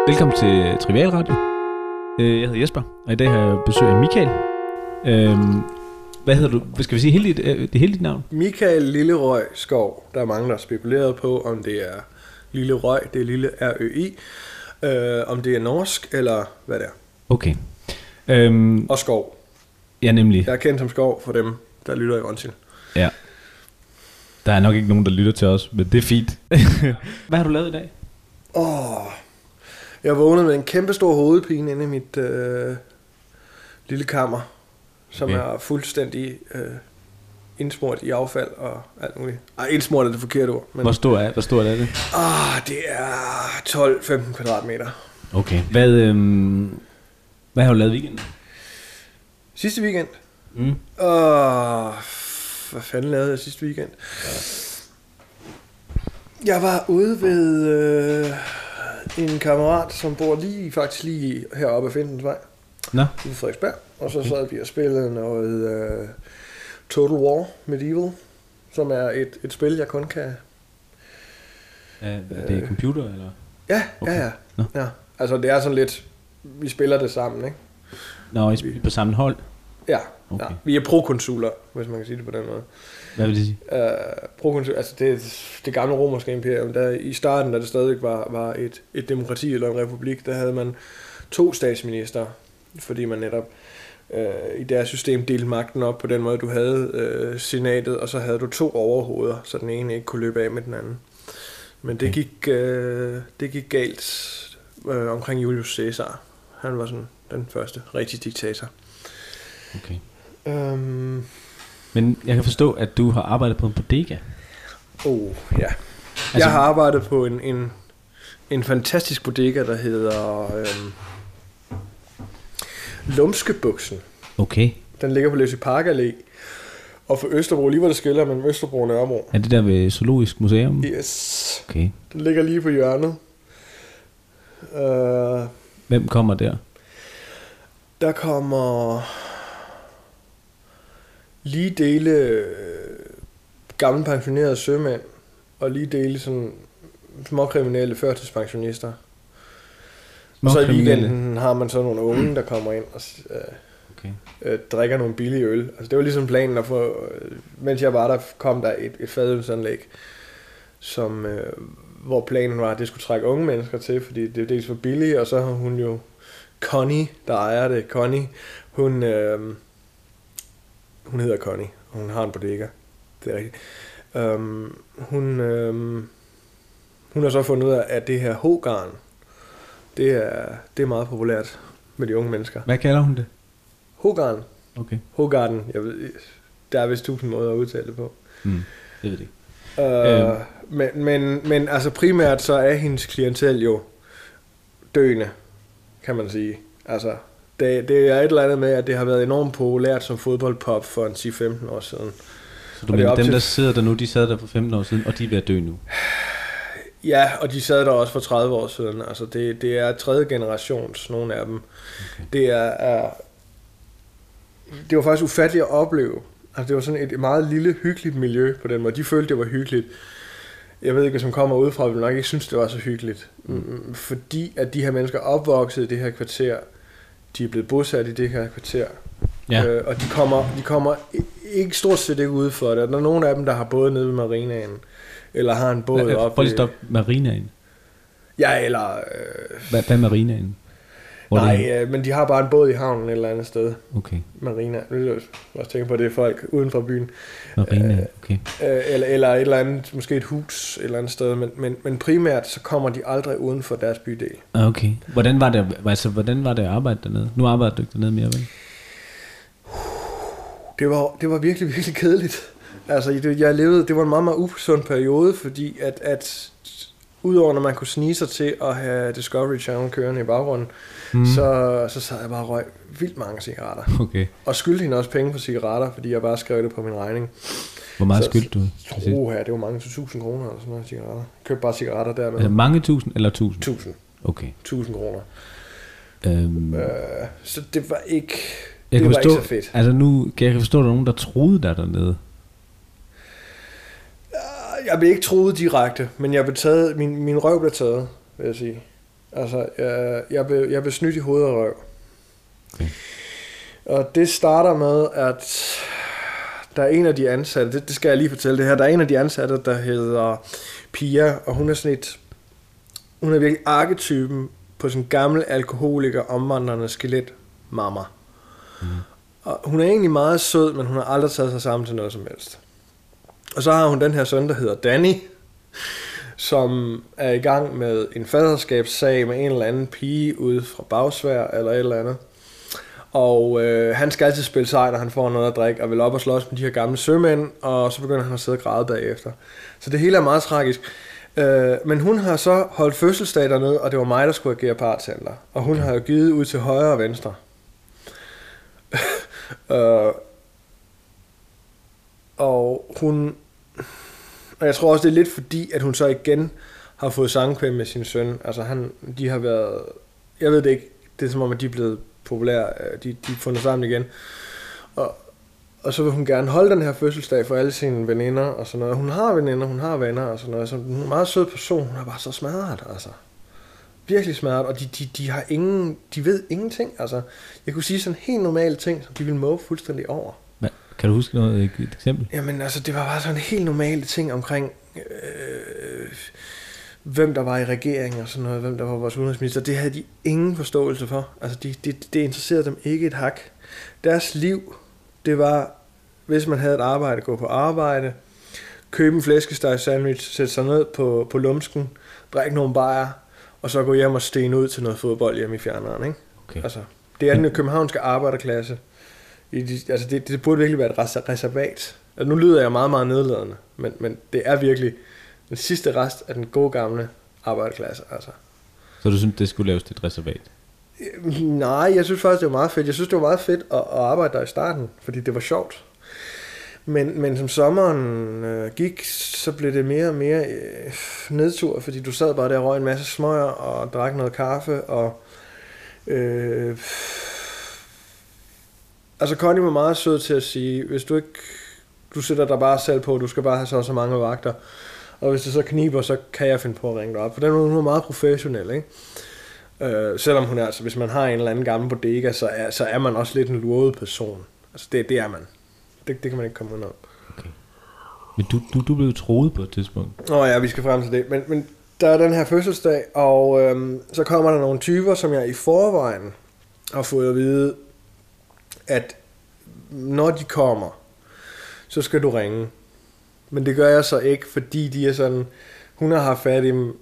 Velkommen til Trivial Radio. Jeg hedder Jesper, og i dag har jeg besøg af Michael. Hvad hedder du? Skal vi sige hele dit navn? Michael Lillerøg Skov. Der er mange, der har spekuleret på, om det er Lillerøg, det er lille R-Ø-I, om det er norsk, eller hvad det er. Okay. Og Skov. Ja, nemlig. Jeg er kendt som Skov for dem, der lytter i Ronsil. Ja. Der er nok ikke nogen, der lytter til os, men det er fint. Hvad har du lavet i dag? Jeg vågnede med en kæmpe stor hovedpine inde i mit lille kammer, som er fuldstændig indsmurt i affald og alt muligt. Indsmurt er det forkerte ord. Men Hvor stor er det? det er 12-15 kvadratmeter. Okay. Hvad har du lavet i weekenden? Sidste weekend? Hvad fanden lavede jeg sidste weekend? Jeg var ude ved en kammerat, som bor faktisk lige heroppe af Findensvej. Nå. I Frederiksberg. Og så sad vi og spillede noget Total War Medieval, som er et spil, jeg kun kan... Er det computer, eller? Ja, okay. Ja. Altså, det er sådan lidt... Vi spiller det sammen, ikke? Nå, I spiller på samme hold? Ja, okay. Ja. Vi er pro-konsuler, hvis man kan sige det på den måde. Hvad vil det sige? Pro-konsul, altså det gamle romerske imperium, der i starten, da det stadig var et demokrati eller en republik, der havde man 2 statsminister, fordi man netop i deres system delte magten op på den måde, du havde senatet, og så havde du 2 overhoveder, så den ene ikke kunne løbe af med den anden. Men det gik galt omkring Julius Caesar. Han var sådan den første rigtige diktator. Okay. Men jeg kan forstå, at du har arbejdet på en bodega. Ja. Altså, jeg har arbejdet på en fantastisk bodega, der hedder Lumskebuksen. Okay. Den ligger på Læsø Park Allé. Og for Østerbro, lige hvor det skiller mellem Østerbro og Nørrebro. Er det der ved Zoologisk Museum? Yes. Okay. Den ligger lige på hjørnet. Hvem kommer der? Der kommer lige dele gamle pensionerede sømænd, og lige dele sådan småkriminelle førtidspensionister. Og så i weekenden har man så nogle unge, der kommer ind og drikker nogle billige øl. Altså det var ligesom planen at få, mens jeg var der, kom der et fadølsanlæg, som, hvor planen var, at det skulle trække unge mennesker til, fordi det dels var billigt, og så har hun jo Connie, der ejer det. Connie, hun hedder Connie, og hun har en bodega. Det er rigtigt. Hun har så fundet ud af, at det her Hogarn, det er meget populært med de unge mennesker. Hvad kalder hun det? Hogarn. Okay. Hogarden, der er vist 1000 måder at udtale det på. Det ved jeg ikke. Men altså primært så er hendes klientel jo døende, kan man sige. Altså, det er et eller andet med, at det har været enormt populært som fodboldpop for en 10-15 år siden. Så du mener, dem der sidder der nu, de sad der for 15 år siden, og de er ved at dø nu? Ja, og de sad der også for 30 år siden. Altså, det er 3. generations, nogle af dem. Okay. Det var faktisk ufatteligt at opleve. Altså, det var sådan et meget lille, hyggeligt miljø på den måde. De følte, det var hyggeligt. Jeg ved ikke, hvis man kommer udefra, vil nok ikke synes, det var så hyggeligt. Fordi at de her mennesker opvoksede i det her kvarter, de er blevet bosat i det her kvarter. Ja. Og de kommer ikke stort set ikke ude for det. Der er nogle af dem, der har båd nede ved marinaen, eller har en båd oppe. Prøv lige stoppe marinaen. Ja, eller... Hvad er marinaen? Men de har bare en båd i havnen et eller andet sted. Okay. Marina. Jeg også tænke på, at det er folk uden for byen. Marina, okay. Eller et eller andet, måske et hus et eller andet sted. Men primært så kommer de aldrig uden for deres bydel. Okay. Hvordan var det at arbejde dernede? Nu arbejder du ikke dernede mere, vel? Det var virkelig, virkelig kedeligt. Altså, det var en meget, meget usund periode, fordi at udover når man kunne snige sig til at have Discovery Channel kørende i baggrunden, så sad jeg bare og røg vildt mange cigaretter. Okay. Og skyldte hende også penge for cigaretter, fordi jeg bare skrev det på min regning. Hvor meget skyldte du? Det var mange til 1000 kroner eller sådan noget cigaretter. Jeg købte bare cigaretter dermed. Altså mange tusind eller 1000? 1000. Okay. 1000 kroner. Så det var ikke... Jeg kan forstå, ikke så fedt. Altså nu kan jeg forstå, at der er nogen, der troede dig dernede. Jeg blev ikke troet direkte, men jeg blev taget, min røv blev taget, vil jeg sige. Altså, jeg blev snydt i hovedet og røv. Okay. Og det starter med, at der er en af de ansatte, det skal jeg lige fortælle det her, der er en af de ansatte, der hedder Pia, og hun er virkelig arketypen på sådan en gammel alkoholiker, omvandrende skelet mamma. Og hun er egentlig meget sød, men hun har aldrig taget sig sammen til noget som helst. Og så har hun den her søn, der hedder Danny, som er i gang med en faderskabssag med en eller anden pige ude fra Bagsvær eller et eller andet. Og han skal altid spille sej, når han får noget at drikke, og vil op og slås med de her gamle sømænd, og så begynder han at sidde og græde bagefter. Så det hele er meget tragisk. Men hun har så holdt fødselsdag dernede, og det var mig, der skulle agere parthandler. Og hun har jo givet ud til højre og venstre. Og jeg tror også, det er lidt fordi, at hun så igen har fået sangkvæm med sin søn. Altså de har været, jeg ved det ikke, det er som om, at de er blevet populære, de er fundet sammen igen. Og så vil hun gerne holde den her fødselsdag for alle sine veninder og sådan noget. Hun har veninder, hun har venner og sådan noget. Så hun er en meget sød person, hun er bare så smadret, altså. Virkelig smadret, og de ved ingenting, altså. Jeg kunne sige sådan helt normale ting, som de ville måge fuldstændig over. Men, kan du huske et eksempel? Jamen altså, det var bare sådan helt normale ting omkring, hvem der var i regeringen og sådan noget, hvem der var vores udenrigsminister. Det havde de ingen forståelse for. Altså, det interesserede dem ikke et hak. Deres liv, det var, hvis man havde et arbejde, gå på arbejde, købe en flæskesteg sandwich, sætte sig ned på lumsken, drikke nogle bajer, og så gå hjem og stene ud til noget fodbold hjemme i fjerneren, ikke? Okay. Altså, det er den københavnske arbejderklasse. Altså, det burde virkelig være et reservat. Altså, nu lyder jeg meget, meget nedladende, men det er virkelig den sidste rest af den gode gamle arbejderklasse, altså. Så du synes, det skulle laves til et reservat? Nej, jeg synes faktisk, det var meget fedt. Jeg synes, det var meget fedt at arbejde der i starten, fordi det var sjovt. Men som sommeren gik, så blev det mere og mere nedtur, fordi du sad bare der og røg en masse smøger og drak noget kaffe. Og altså Connie var meget sød til at sige, hvis du ikke, du sætter dig bare selv på, du skal bare have så mange vagter. Og hvis det så kniber, så kan jeg finde på at ringe dig op. For den var hun meget professionel, ikke? Selvom hun er, altså hvis man har en eller anden gammel bodega, så er man også lidt en luret person. Altså det er man. Det kan man ikke komme ud af. Okay. Men du blev troet på et tidspunkt. Ja, vi skal frem til det. Men der er den her fødselsdag, og så kommer der nogle typer, som jeg i forvejen har fået at vide, at når de kommer, så skal du ringe. Men det gør jeg så ikke, fordi de er sådan, hun har haft fat i dem,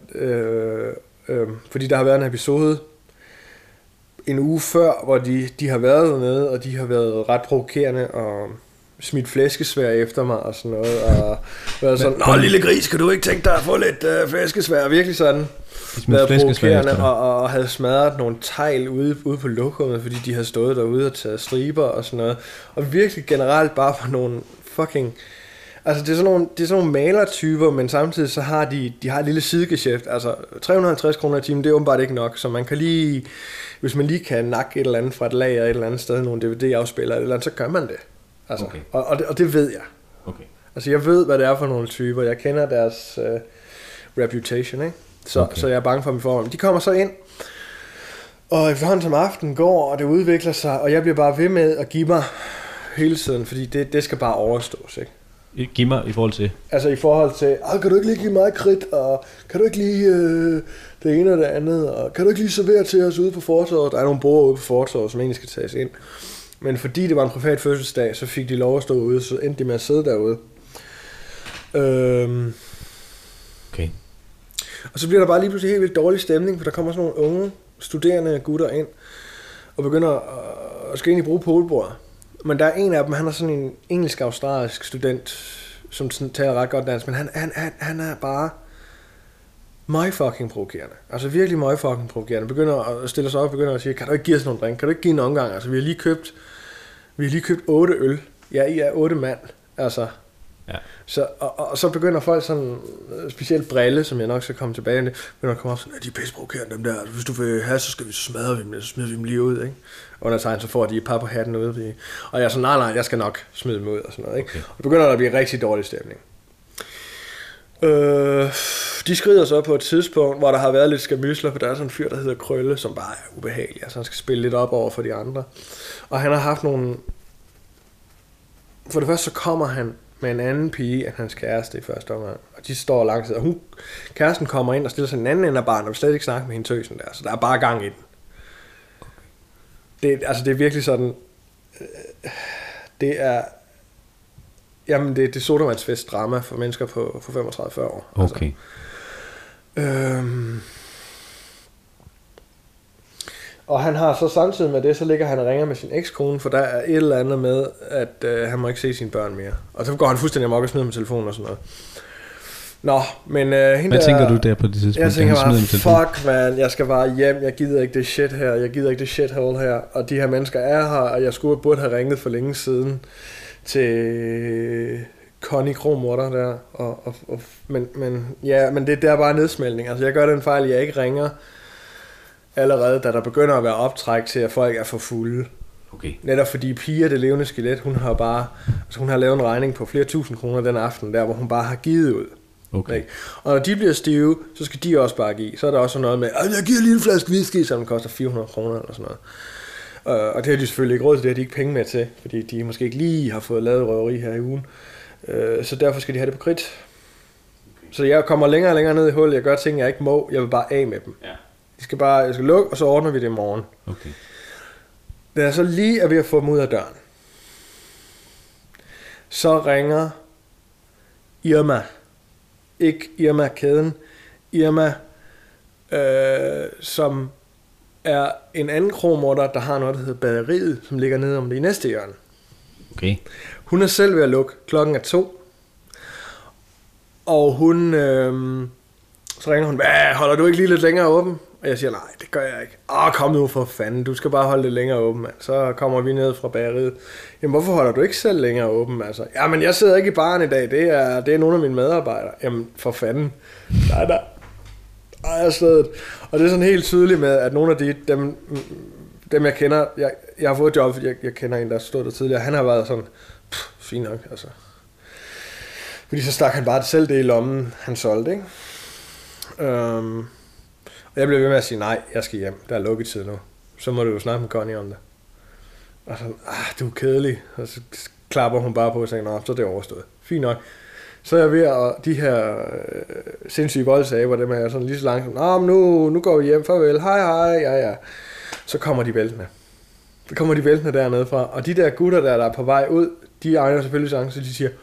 fordi der har været en episode en uge før, hvor de har været dernede, og de har været ret provokerende og smidt flæskesvær efter mig og sådan noget, og været sådan, nå lille gris, kan du ikke tænke dig at få lidt flæskesvær? Virkelig sådan været provokerende, og havde smadret nogle tegl ude på lokummet, fordi de havde stået derude og taget striber og sådan noget, og virkelig generelt bare for nogle fucking, altså det er sådan nogle malertyper, men samtidig så har de har et lille sidegeschæft, altså 350 kroner i timen, det er åbenbart ikke nok, så man kan lige, hvis man lige kan nakke et eller andet fra et lager et eller andet sted, nogle DVD-afspillere eller andet, så gør man det. Altså, okay. og det ved jeg. Okay. Altså jeg ved, hvad det er for nogle typer, jeg kender deres reputation, ikke? Så jeg er bange for dem i forhold. De kommer så ind, og efterhånden som aftenen går, og det udvikler sig, og jeg bliver bare ved med at give mig hele tiden, fordi det skal bare overstås, ikke? Giv mig i forhold til? Altså i forhold til, kan du ikke lige give mig kridt, og kan du ikke lige det ene og det andet, og kan du ikke lige servere til os ude på fortorvet? Der er nogle borde ude på fortorvet, som egentlig skal tages ind. Men fordi det var en privat fødselsdag, så fik de lov at stå ude, så endte de med at sidde derude. Okay. Og så bliver der bare lige pludselig helt vildt dårlig stemning, for der kommer sådan nogle unge studerende gutter ind, og begynder at skal egentlig bruge polebordet. Men der er en af dem, han er sådan en engelsk-australsk student, som taler ret godt dansk, men han er bare møgfucking provokerende. Altså virkelig møgfucking provokerende. Begynder at stille sig op og begynder at sige, kan du ikke give os nogle drink? Kan du ikke give en omgang? Altså vi har lige købt 8 øl. Ja, I er 8 mand. Altså. Ja. Så, og så begynder folk sådan, specielt Brille, som jeg nok skal komme tilbage til, begynder at komme op sådan, de er pisseprovokerende dem der. Altså, hvis du vil have, så skal vi smadre dem, så smider vi dem lige ud, ikke? Under tegn, så får de et par på hatten ude. Og jeg er sådan, nej, jeg skal nok smide dem ud og sådan noget, ikke? Okay. Og begynder der at blive rigtig dårlig stemning. De skrider så på et tidspunkt, hvor der har været lidt skamysler, for der er sådan en fyr, der hedder Krølle, som bare er ubehagelig. Altså han skal spille lidt op over for de andre. Og han har haft nogle... For det første så kommer han med en anden pige end hans kæreste i første omgang. Og de står langt tid. Og kæresten kommer ind og stiller sig en anden ende af barnet, og vil slet ikke snakke med hende tøsen der. Så der er bare gang i den. Det er virkelig sådan... Det er... Jamen, det er sodavandsfest drama for mennesker på 35-40 år. Okay. Altså. Og han har så samtidig med det, så ligger han og ringer med sin ekskone, for der er et eller andet med, at han må ikke se sine børn mere. Og så går han fuldstændig amok og smider med telefonen og sådan noget. Nå, men hvad tænker du der på det tidspunkt? Jeg tænker bare, fuck man, jeg skal bare hjem, jeg gider ikke det shit her, jeg gider ikke det shithole her, og de her mennesker er her, og jeg burde have ringet for længe siden til Connie Kromorter der, men det er bare nedsmeltning. Altså jeg gør den fejl, jeg ikke ringer allerede, da der begynder at være optræk til, at folk er for fulde. Okay. Netop fordi Pia, det levende skelet, hun har lavet en regning på flere tusind kroner den aften der, hvor hun bare har givet ud. Okay. Og når de bliver stive, så skal de også bare give. Så er der også noget med, jeg giver lige en flaske whisky, som koster 400 kroner eller sådan noget. Og det har de selvfølgelig ikke råd til, det har de ikke penge med til, fordi de måske ikke lige har fået lavet røveri her i ugen. Så derfor skal de have det på kridt. Så jeg kommer længere og længere ned i hullet, jeg gør ting, jeg ikke må, jeg vil bare af med dem. Ja. Jeg skal lukke, og så ordner vi det i morgen. Okay. Da jeg så lige er ved at få dem ud af døren, så ringer Irma. Ikke Irma-kæden. Irma, som er en anden kromorter, der har noget, der hedder Baderiet, som ligger nede om det i næste hjørne. Okay. Hun er selv ved at lukke. Klokken er 2. Og hun... så ringer hun, hvad, holder du ikke lige lidt længere åben? Og jeg siger, nej, det gør jeg ikke. Kom nu for fanden, du skal bare holde det længere åben, mand. Så kommer vi ned fra bageriet. Jamen, hvorfor holder du ikke selv længere åben, altså? Jamen, jeg sidder ikke i baren i dag, det er nogle af mine medarbejdere. Jamen, for fanden. Nej, jeg stedet. Og det er sådan helt tydeligt med, at nogle af dem jeg kender, jeg har fået et job, jeg kender en, der stod der tidligere, han har været sådan, fint nok, altså. Fordi så stak han bare selv det i lommen, han solgte, ikke? Og jeg blev ved med at sige, nej, jeg skal hjem, der er lukketid nu. Så må du jo snakke med Connie om det. Og så, du er kedelig. Og så klapper hun bare på og siger, så er det overstået. Fint nok. Så er jeg ved at, de her sindssyge voldsaber, dem er sådan lige så langsomt, nu går vi hjem, farvel, hej, ja. Så kommer de væltende dernede fra, og de der gutter, der er på vej ud, de egner selvfølgelig sang, så de siger,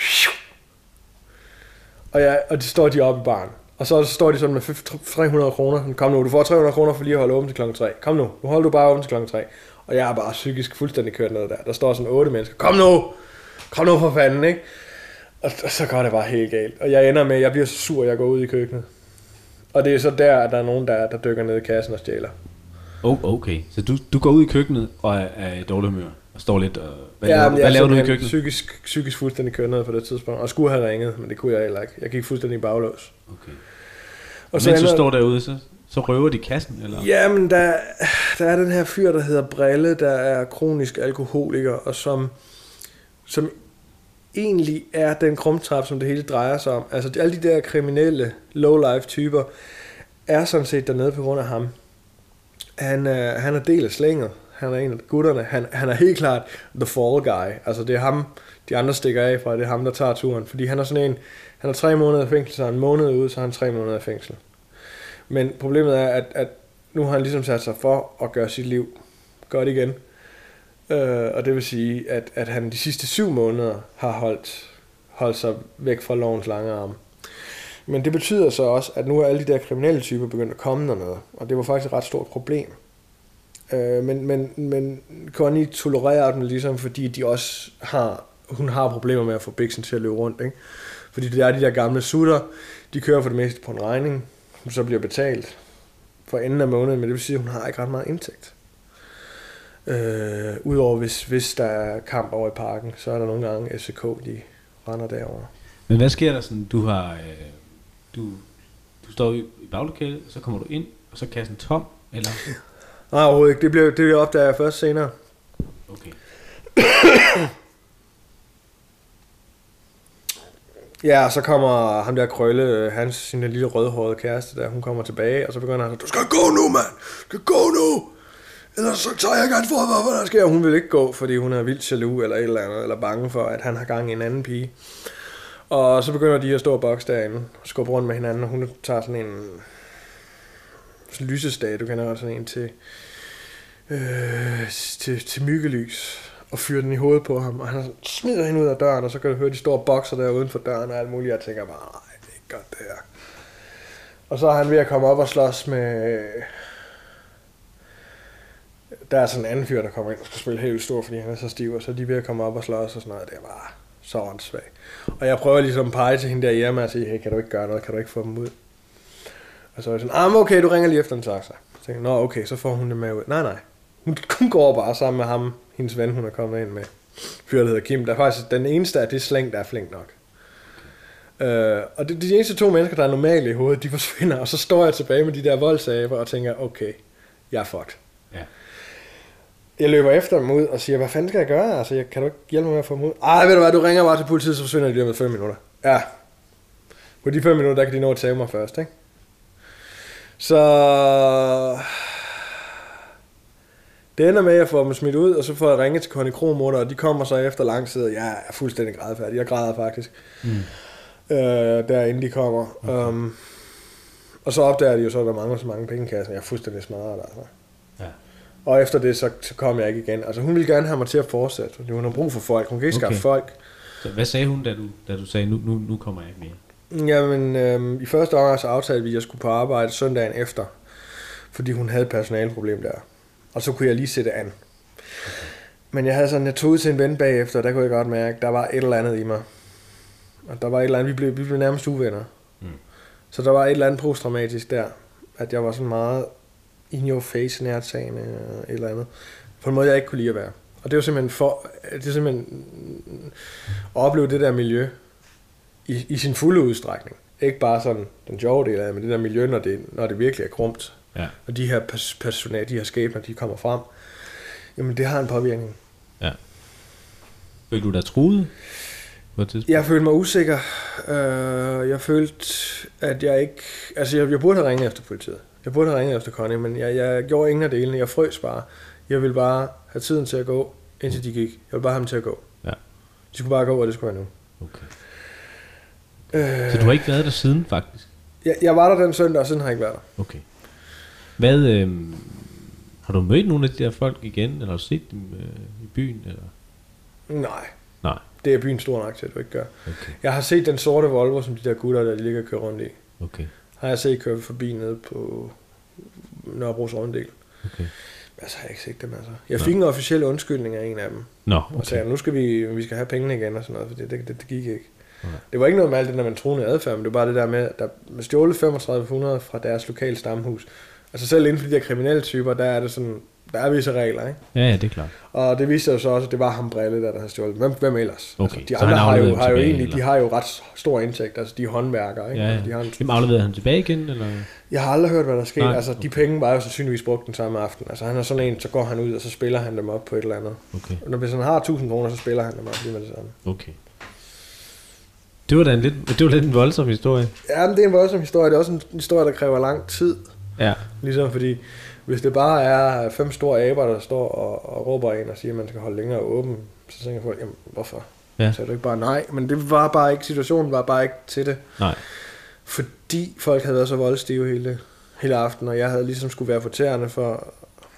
og de står de oppe i baren. Og så står de sådan med 300 kroner. Kom nu, du får 300 kroner for lige at holde åben til klokken 3. Kom nu holder du bare åben til klokken 3. Og jeg er bare psykisk fuldstændig kørt ned der. Der står sådan 8 mennesker. Kom nu for fanden, ikke? Og så går det bare helt galt. Og jeg ender med, jeg bliver så sur, jeg går ud i køkkenet. Og det er så der, at der er nogen, der dykker ned i kassen og stjæler. Okay, så du går ud i køkkenet og er i dårlig humør og står lidt og... Hvad laver du i køkkenet? Psykisk fuldstændig kørt ned på det tidspunkt. Og skulle have ringet, men det kunne jeg heller ikke. Jeg gik fuldstændig i baglås. Okay. Og mens du står derude, så røver de kassen, eller? Jamen, der er den her fyr, der hedder Brille, der er kronisk alkoholiker, og som egentlig er den krumtrap, som det hele drejer sig om. Altså, alle de der kriminelle, low-life typer, er sådan set dernede på grund af ham. Han er del af slænget. Han er en af gutterne. Han er helt klart the fall guy. Altså, det er ham, de andre stikker af fra, det er ham, der tager turen. Fordi han er sådan en, han har 3 måneder i fængsel, så en måned ude, så har han 3 måneder i fængsel. Men problemet er, at nu har han ligesom sat sig for at gøre sit liv godt igen. Og det vil sige, at han de sidste 7 måneder har holdt sig væk fra lovens lange arm. Men det betyder så også, at nu er alle de der kriminelle typer begyndt at komme dernede. Og det var faktisk et ret stort problem. Men Connie tolererer dem ligesom, fordi hun har problemer med at få biksen til at løbe rundt, ikke? Fordi det er de der gamle sutter, de kører for det meste på en regning, som så bliver betalt for enden af måneden, men det vil sige, at hun har ikke ret meget indtægt. Udover hvis der er kamp over i parken, så er der nogle gange FCK, de render derover. Men hvad sker der sådan, du står i baglokalet, så kommer du ind, og så er kassen tom, eller? Nej, overhovedet ikke. Det bliver opdager jeg først senere. Okay. Ja, og så kommer ham der Krølle, sin lille rødhårede kæreste der, hun kommer tilbage, og så begynder han, du skal gå nu, mand! Du skal gå nu! Ellers så tager jeg ikke ansvar for, hvad der sker. Hun vil ikke gå, fordi hun er vildt jaloux eller et eller andet, eller bange for, at han har gang i en anden pige. Og så begynder de at stå og bokse derinde, og skubbe rundt med hinanden, og hun tager sådan en lysestage, du kender sådan en til myggelys, og fyrer den i hovedet på ham, og han smider hende ud af døren, og så kan du høre, de står og bokser der uden for døren og alt muligt, og jeg tænker bare, nej, det er ikke godt det her. Og så er han ved at komme op og slås med... Der er sådan en anden fyr, der kommer ind og skal spille helt stor, fordi han er så stiv, og så er de ved at komme op og slås og sådan noget, det er bare så åndssvagt. Og jeg prøver ligesom at pege til hende der hjemme og sige, hey, kan du ikke gøre noget, kan du ikke få dem ud? Og så er jeg sådan, okay, du ringer lige efter en taxa. Så tænker jeg, okay, så får hun det med ud. Nej, hun går bare sammen med ham, hendes ven, hun er kommet ind med. Fyr, der hedder Kim, der er faktisk den eneste af det slæng, der er flink nok. Og de eneste 2 mennesker, der er normale i hovedet, de forsvinder, og så står jeg tilbage med de der voldsaber og tænker, okay, jeg er fucked. Ja. Jeg løber efter dem ud og siger, hvad fanden skal jeg gøre? Altså, kan du ikke hjælpe mig med at få dem ud? Ved du hvad, du ringer bare til politiet, så forsvinder de lige med 5 minutter. Ja. På de 5 minutter, der kan de nå at tage mig først, ikke? Så... Det ender med, at jeg får dem smidt ud, og så får jeg ringet til Conny Kromotor, og de kommer så efter lang tid, og jeg er fuldstændig grædefærdig. Jeg græder faktisk. Derinde de kommer. Okay. Og så opdager de jo så, at der mangler så mange penge i kassen. Jeg er fuldstændig smadret, altså. Ja. Og efter det, så kom jeg ikke igen. Altså, hun ville gerne have mig til at fortsætte, fordi hun har brug for folk. Hun kan ikke skaffe folk. Så hvad sagde hun, da du sagde, nu kommer jeg ikke mere? Jamen, i første omgang så aftalte vi, at jeg skulle på arbejde søndagen efter, fordi hun havde et personaleproblem der. Og så kunne jeg lige sætte an. Okay. Men jeg tog ud til en ven bagefter, og der kunne jeg godt mærke, at der var et eller andet i mig. Og der var et eller andet, vi blev nærmest uvenner. Så der var et eller andet posttraumatisk der, at jeg var sådan meget in your face nærtagende et eller andet. På en måde, jeg ikke kunne lide at være. Og det var simpelthen at opleve det der miljø i sin fulde udstrækning. Ikke bare sådan den sjove del af det, men det der miljø, når det virkelig er grumt. Ja. Og de her personer, de her skæbner, de kommer frem. Jamen, det har en påvirkning. Ja. Følte du dig truet? Jeg følte mig usikker. Jeg følte, at jeg ikke... Altså, jeg burde have ringet efter politiet. Jeg burde have ringet efter Conny, men jeg gjorde ingen af delene. Jeg frøs bare. Jeg ville bare have tiden til at gå, indtil de gik. Jeg ville bare have dem til at gå. Ja. De skulle bare gå, og det skulle være nu. Okay. Så du har ikke været der siden, faktisk? Jeg var der den søndag, og siden har jeg ikke været der. Okay. Hvad... Har du mødt nogle af de der folk igen, eller har du set dem i byen? Eller? Nej. Det er byen stor nok til, at du ikke gør. Okay. Jeg har set den sorte Volvo, som de der gutter, der ligger og kører rundt i. Okay. Har jeg set køre forbi nede på Nørrebros Runddel. Okay. Men så har jeg ikke set dem, altså. Jeg fik en officiel undskyldning af en af dem. Okay. Og sagde, nu skal vi skal have pengene igen og sådan noget, for det gik ikke. Okay. Det var ikke noget med alt det der, man troede adfærd, men det var bare det der med, at der stjålet 3500 fra deres lokale stamhus. Altså selv inden for de der kriminelle typer, der er det sådan, der er visse regler, ikke? Ja, det er klart. Og det viste sig så også, at det var ham Brille, der havde stjålet. Hvem ellers? Okay. Altså, de andre har jo egentlig, de har jo ret stor indtægt, altså de er håndværkere, ikke? Ja. Altså, de har Hvem afleverede han tilbage igen, eller? Jeg har aldrig hørt, hvad der skete. Altså, de penge var jo sandsynligvis brugt den samme aften. Altså, han er sådan en, så går han ud, og så spiller han dem op på et eller andet. Okay. Og hvis han har 1000 kroner, så spiller han dem op lige med det samme. Okay. Det var lidt en voldsom historie. Ja, men det er en voldsom historie. Det er også en historie, der kræver lang tid. Ja. Ligesom fordi, hvis det bare er 5 store aber, der står og råber ind og siger, at man skal holde længere åben, så tænker folk, jamen hvorfor? Ja. Så er det ikke bare nej. Men det var bare ikke, situationen var bare ikke til det. Nej. Fordi folk havde været så voldstive hele aftenen, og jeg havde ligesom skulle være fortærende for...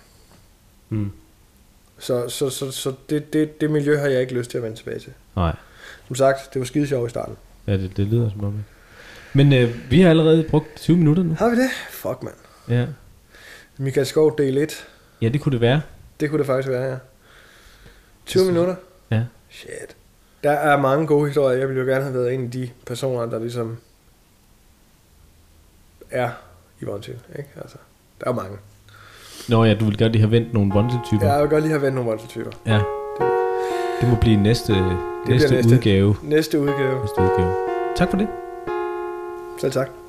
Så det miljø har jeg ikke lyst til at vende tilbage til. Nej. Som sagt, det var skide sjovt i starten. Ja, det lyder som om. Men vi har allerede brugt 20 minutter nu. Har vi det? Fuck, mand. Ja. Michael Skov del 1. Ja, det kunne det være. Det kunne det faktisk være, ja. 20 minutter? Ja. Shit. Der er mange gode historier. Jeg ville jo gerne have været en af de personer, der ligesom er i Vontil, ikke? Altså, der er mange. Nå ja, du vil godt lige have vendt nogle Vontil-typer. Ja, jeg vil godt lige have vendt nogle Vontil-typer. Ja. Det må blive næste udgave. Næste udgave. Tak for det. Selv tak.